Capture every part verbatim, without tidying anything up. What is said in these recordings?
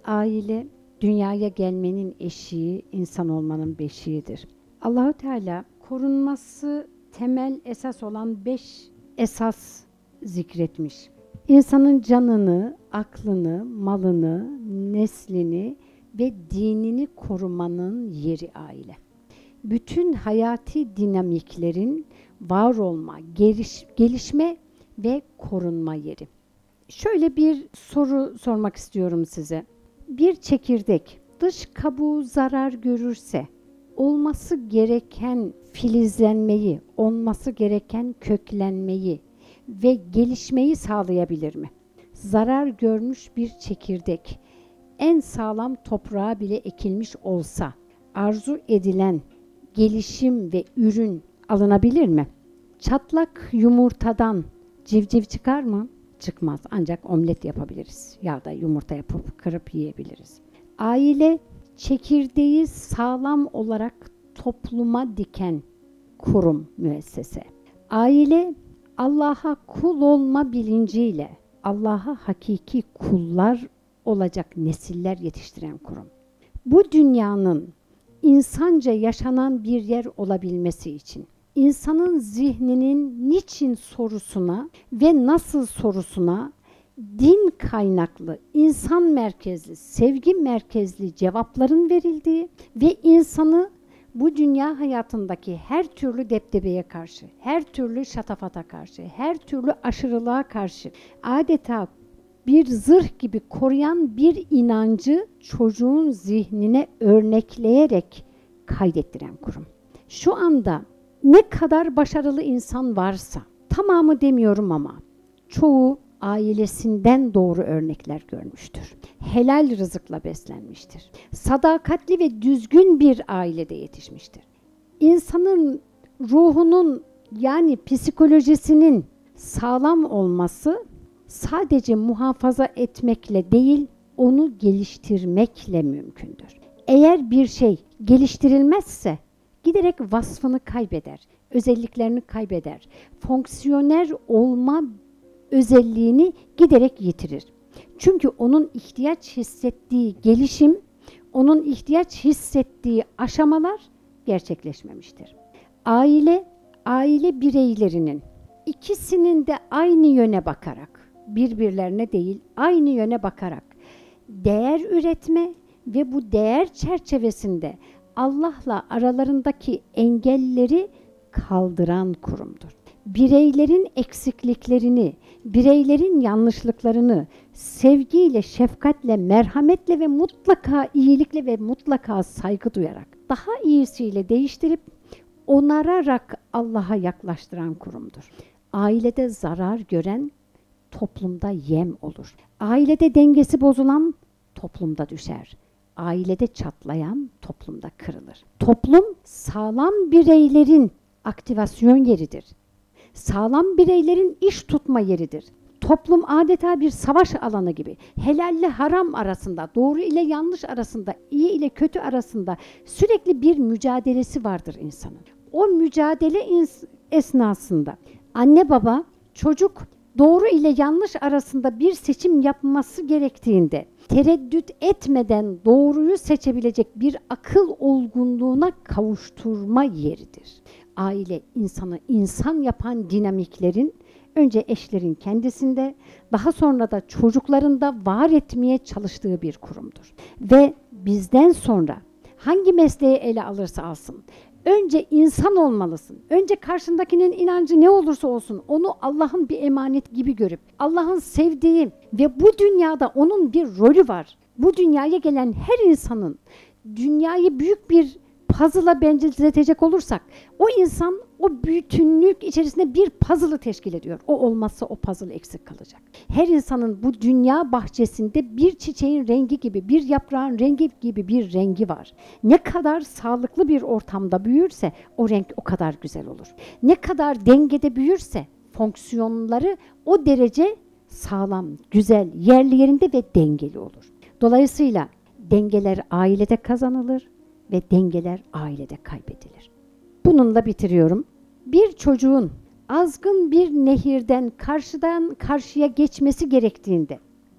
Aile, dünyaya gelmenin eşiği, insan olmanın beşiğidir. Allah-u Teala korunması temel esas olan beş esas zikretmiş. İnsanın canını, aklını, malını, neslini ve dinini korumanın yeri aile. Bütün hayati dinamiklerin var olma, geliş, gelişme ve korunma yeri. Şöyle bir soru sormak istiyorum size. Bir çekirdek dış kabuğu zarar görürse olması gereken filizlenmeyi, olması gereken köklenmeyi ve gelişmeyi sağlayabilir mi? Zarar görmüş bir çekirdek en sağlam toprağa bile ekilmiş olsa arzu edilen gelişim ve ürün alınabilir mi? Çatlak yumurtadan civciv çıkar mı? Çıkmaz. Ancak omlet yapabiliriz. Ya da yumurta yapıp kırıp yiyebiliriz. Aile çekirdeği sağlam olarak topluma diken kurum, müessese. Aile Allah'a kul olma bilinciyle Allah'a hakiki kullar olacak nesiller yetiştiren kurum. Bu dünyanın insanca yaşanan bir yer olabilmesi için insanın zihninin niçin sorusuna ve nasıl sorusuna din kaynaklı, insan merkezli, sevgi merkezli cevapların verildiği ve insanı bu dünya hayatındaki her türlü deptebeye karşı, her türlü şatafata karşı, her türlü aşırılığa karşı adeta bir zırh gibi koruyan bir inancı çocuğun zihnine örnekleyerek kaydettiren kurum. Şu anda ne kadar başarılı insan varsa, tamamı demiyorum ama çoğu ailesinden doğru örnekler görmüştür. Helal rızıkla beslenmiştir. Sadakatli ve düzgün bir ailede yetişmiştir. İnsanın ruhunun yani psikolojisinin sağlam olması sadece muhafaza etmekle değil, onu geliştirmekle mümkündür. Eğer bir şey geliştirilmezse giderek vasfını kaybeder, özelliklerini kaybeder. Fonksiyoner olma özelliğini giderek yitirir. Çünkü onun ihtiyaç hissettiği gelişim, onun ihtiyaç hissettiği aşamalar gerçekleşmemiştir. Aile, aile bireylerinin ikisinin de aynı yöne bakarak, birbirlerine değil, aynı yöne bakarak değer üretme ve bu değer çerçevesinde Allah'la aralarındaki engelleri kaldıran kurumdur. Bireylerin eksikliklerini, bireylerin yanlışlıklarını sevgiyle, şefkatle, merhametle ve mutlaka iyilikle ve mutlaka saygı duyarak, daha iyisiyle değiştirip onararak Allah'a yaklaştıran kurumdur. Ailede zarar gören toplumda yem olur. Ailede dengesi bozulan toplumda düşer. Ailede çatlayan toplumda kırılır. Toplum sağlam bireylerin aktivasyon yeridir. Sağlam bireylerin iş tutma yeridir. Toplum adeta bir savaş alanı gibi. Helalle haram arasında, doğru ile yanlış arasında, iyi ile kötü arasında sürekli bir mücadelesi vardır insanın. O mücadele esnasında anne baba, çocuk doğru ile yanlış arasında bir seçim yapması gerektiğinde tereddüt etmeden doğruyu seçebilecek bir akıl olgunluğuna kavuşturma yeridir. Aile insanı insan yapan dinamiklerin önce eşlerin kendisinde, daha sonra da çocuklarında var etmeye çalıştığı bir kurumdur. Ve bizden sonra hangi mesleği ele alırsa alsın, önce insan olmalısın. Önce karşındakinin inancı ne olursa olsun onu Allah'ın bir emanet gibi görüp, Allah'ın sevdiği ve bu dünyada onun bir rolü var. Bu dünyaya gelen her insanın dünyayı büyük bir puzzle'a benzetecek olursak, o insan o bütünlük içerisinde bir puzzle'ı teşkil ediyor. O olmazsa o puzzle eksik kalacak. Her insanın bu dünya bahçesinde bir çiçeğin rengi gibi, bir yaprağın rengi gibi bir rengi var. Ne kadar sağlıklı bir ortamda büyürse o renk o kadar güzel olur. Ne kadar dengede büyürse fonksiyonları o derece sağlam, güzel, yerli yerinde ve dengeli olur. Dolayısıyla dengeler ailede kazanılır ve dengeler ailede kaybedilir. Bununla bitiriyorum. Bir çocuğun azgın bir nehirden karşıdan karşıya geçmesi gerektiğinde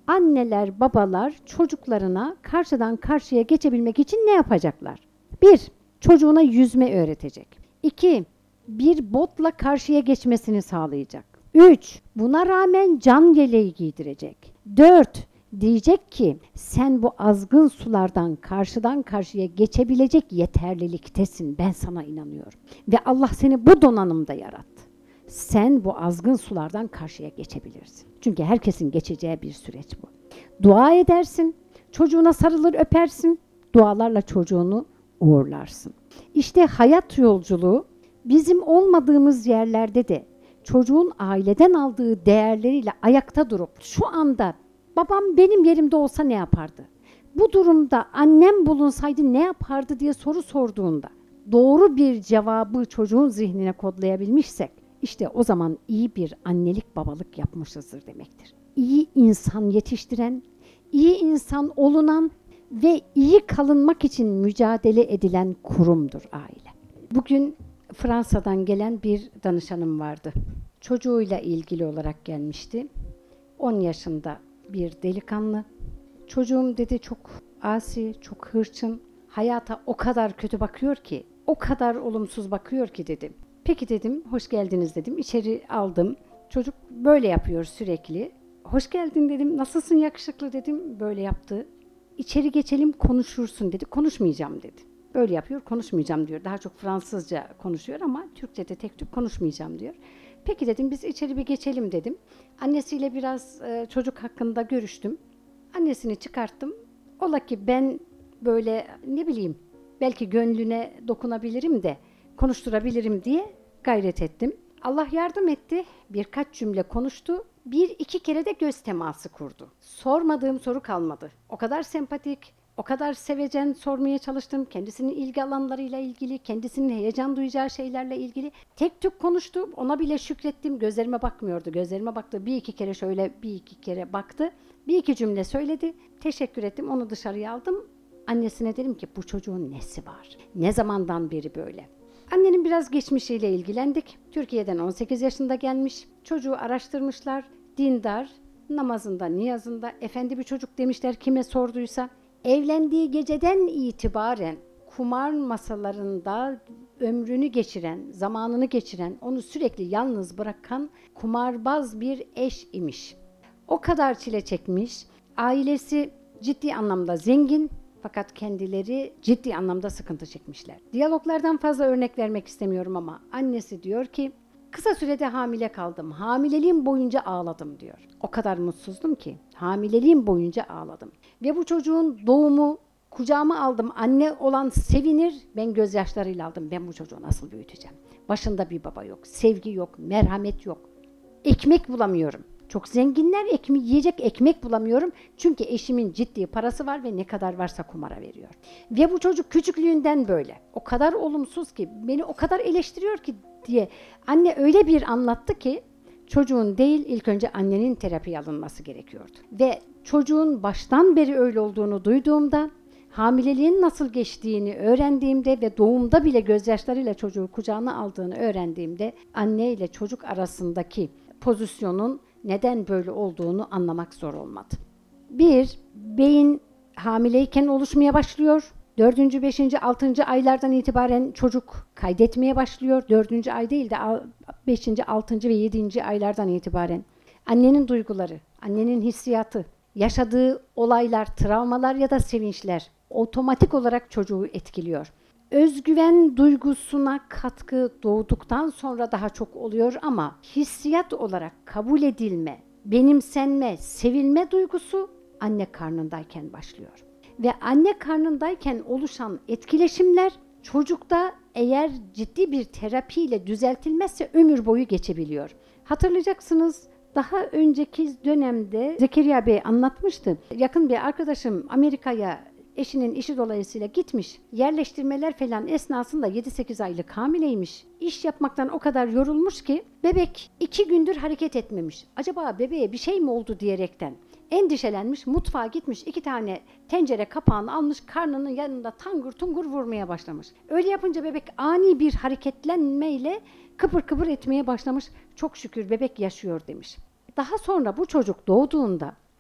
Anneler, babalar çocuklarına karşıdan karşıya geçebilmek için ne yapacaklar? Bir, çocuğuna yüzme öğretecek. İki, bir botla karşıya geçmesini sağlayacak. Üç, buna rağmen can yeleği giydirecek. Dört, diyecek ki sen bu azgın sulardan karşıdan karşıya geçebilecek yeterliliktesin. Ben sana inanıyorum. Ve Allah seni bu donanımda yarattı. Sen bu azgın sulardan karşıya geçebilirsin. Çünkü herkesin geçeceği bir süreç bu. Dua edersin, çocuğuna sarılır öpersin, dualarla çocuğunu uğurlarsın. İşte hayat yolculuğu bizim olmadığımız yerlerde de çocuğun aileden aldığı değerleriyle ayakta durup şu anda babam benim yerimde olsa ne yapardı? Bu durumda annem bulunsaydı ne yapardı diye soru sorduğunda doğru bir cevabı çocuğun zihnine kodlayabilmişsek işte o zaman iyi bir annelik babalık yapmışızdır demektir. İyi insan yetiştiren, iyi insan olunan ve iyi kalınmak için mücadele edilen kurumdur aile. Bugün Fransa'dan gelen bir danışanım vardı. Çocuğuyla ilgili olarak gelmişti. on yaşında bir delikanlı. Çocuğum dedi çok asi, çok hırçın. Hayata o kadar kötü bakıyor ki, o kadar olumsuz bakıyor ki dedim. Peki dedim, hoş geldiniz dedim. İçeri aldım. Çocuk böyle yapıyor sürekli. Hoş geldin dedim. Nasılsın yakışıklı dedim. Böyle yaptı. İçeri geçelim konuşursun dedi. Konuşmayacağım dedi. Böyle yapıyor, konuşmayacağım diyor. Daha çok Fransızca konuşuyor ama Türkçe'de tek tük konuşmayacağım diyor. Peki dedim, biz içeri bir geçelim dedim. Annesiyle biraz e, çocuk hakkında görüştüm. Annesini çıkarttım. Ola ki ben böyle ne bileyim belki gönlüne dokunabilirim de konuşturabilirim diye gayret ettim. Allah yardım etti. Birkaç cümle konuştu. Bir iki kere de göz teması kurdu. Sormadığım soru kalmadı. O kadar sempatik, o kadar sevecen sormaya çalıştım. Kendisinin ilgi alanlarıyla ilgili, kendisinin heyecan duyacağı şeylerle ilgili. Tek tük konuştu. Ona bile şükrettim. Gözlerime bakmıyordu. Gözlerime baktı. Bir iki kere şöyle bir iki kere baktı. Bir iki cümle söyledi. Teşekkür ettim. Onu dışarıya aldım. Annesine dedim ki bu çocuğun nesi var? Ne zamandan beri böyle? Annenin biraz geçmişiyle ilgilendik. Türkiye'den on sekiz yaşında gelmiş. Çocuğu araştırmışlar. Dindar, namazında, niyazında, efendi bir çocuk demişler kime sorduysa. Evlendiği geceden itibaren kumar masalarında ömrünü geçiren, zamanını geçiren, onu sürekli yalnız bırakan kumarbaz bir eş imiş. O kadar çile çekmiş. Ailesi ciddi anlamda zengin. Fakat kendileri ciddi anlamda sıkıntı çekmişler. Diyaloglardan fazla örnek vermek istemiyorum ama annesi diyor ki kısa sürede hamile kaldım. Hamileliğim boyunca ağladım diyor. O kadar mutsuzdum ki hamileliğim boyunca ağladım. Ve bu çocuğun doğumu kucağıma aldım. Anne olan sevinir. Ben gözyaşlarıyla aldım. Ben bu çocuğu nasıl büyüteceğim? Başında bir baba yok. Sevgi yok. Merhamet yok. Ekmek bulamıyorum. Çok zenginler ekmek, yiyecek ekmek bulamıyorum. Çünkü eşimin ciddi parası var ve ne kadar varsa kumara veriyor. Ve bu çocuk küçüklüğünden böyle. O kadar olumsuz ki, beni o kadar eleştiriyor ki diye. Anne öyle bir anlattı ki çocuğun değil ilk önce annenin terapiye alınması gerekiyordu. Ve çocuğun baştan beri öyle olduğunu duyduğumda, hamileliğin nasıl geçtiğini öğrendiğimde ve doğumda bile gözyaşlarıyla çocuğu kucağına aldığını öğrendiğimde anne ile çocuk arasındaki pozisyonun neden böyle olduğunu anlamak zor olmadı. Bir, beyin hamileyken oluşmaya başlıyor. Dördüncü, beşinci, altıncı aylardan itibaren çocuk kaydetmeye başlıyor. Dördüncü ay değil de beşinci, altıncı ve yedinci aylardan itibaren. Annenin duyguları, annenin hissiyatı, yaşadığı olaylar, travmalar ya da sevinçler otomatik olarak çocuğu etkiliyor. Özgüven duygusuna katkı doğduktan sonra daha çok oluyor ama hissiyat olarak kabul edilme, benimsenme, sevilme duygusu anne karnındayken başlıyor. Ve anne karnındayken oluşan etkileşimler çocukta eğer ciddi bir terapiyle düzeltilmezse ömür boyu geçebiliyor. Hatırlayacaksınız, daha önceki dönemde Zekeriya Bey anlatmıştı. Yakın bir arkadaşım Amerika'ya eşinin işi dolayısıyla gitmiş. Yerleştirmeler falan esnasında yedi sekiz aylık hamileymiş. İş yapmaktan o kadar yorulmuş ki bebek iki gündür hareket etmemiş. Acaba bebeğe bir şey mi oldu diyerekten endişelenmiş, mutfağa gitmiş, iki tane tencere kapağını almış, karnının yanında tangur tungur vurmaya başlamış. Öyle yapınca bebek ani bir hareketlenmeyle kıpır kıpır etmeye başlamış. Çok şükür bebek yaşıyor demiş. Daha sonra bu çocuk doğduğunda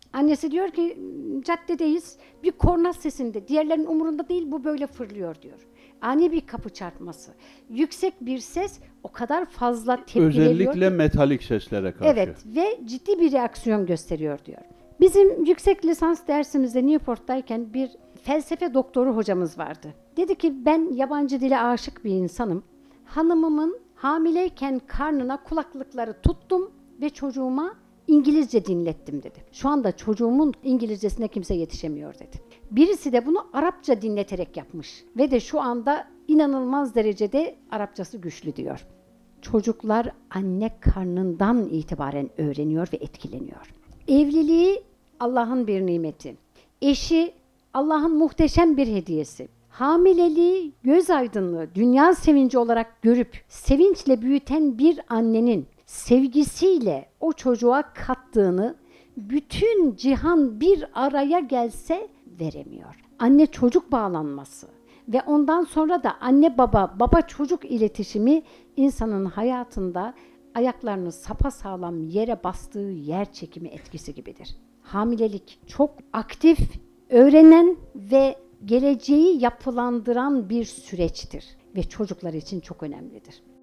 Annesi diyor ki caddedeyiz, bir korna sesinde, diğerlerinin umurunda değil, bu böyle fırlıyor diyor. Ani bir kapı çarpması, yüksek bir ses o kadar fazla tepki veriyor. Özellikle metalik seslere karşı. Evet ve ciddi bir reaksiyon gösteriyor diyor. Bizim yüksek lisans dersimizde Newport'tayken bir felsefe doktoru hocamız vardı. Dedi ki ben yabancı dile aşık bir insanım. Hanımımın hamileyken karnına kulaklıkları tuttum ve çocuğuma İngilizce dinlettim dedi. Şu anda çocuğumun İngilizcesine kimse yetişemiyor dedi. Birisi de bunu Arapça dinleterek yapmış ve de şu anda inanılmaz derecede Arapçası güçlü diyor. Çocuklar anne karnından itibaren öğreniyor ve etkileniyor. Evliliği Allah'ın bir nimeti. Eşi Allah'ın muhteşem bir hediyesi. Hamileliği göz aydınlığı, dünya sevinci olarak görüp sevinçle büyüten bir annenin sevgisiyle o çocuğa kattığını bütün cihan bir araya gelse veremiyor. Anne çocuk bağlanması ve ondan sonra da anne baba, baba çocuk iletişimi insanın hayatında ayaklarını sapasağlam yere bastığı yer çekimi etkisi gibidir. Hamilelik çok aktif, öğrenen ve geleceği yapılandıran bir süreçtir ve çocuklar için çok önemlidir.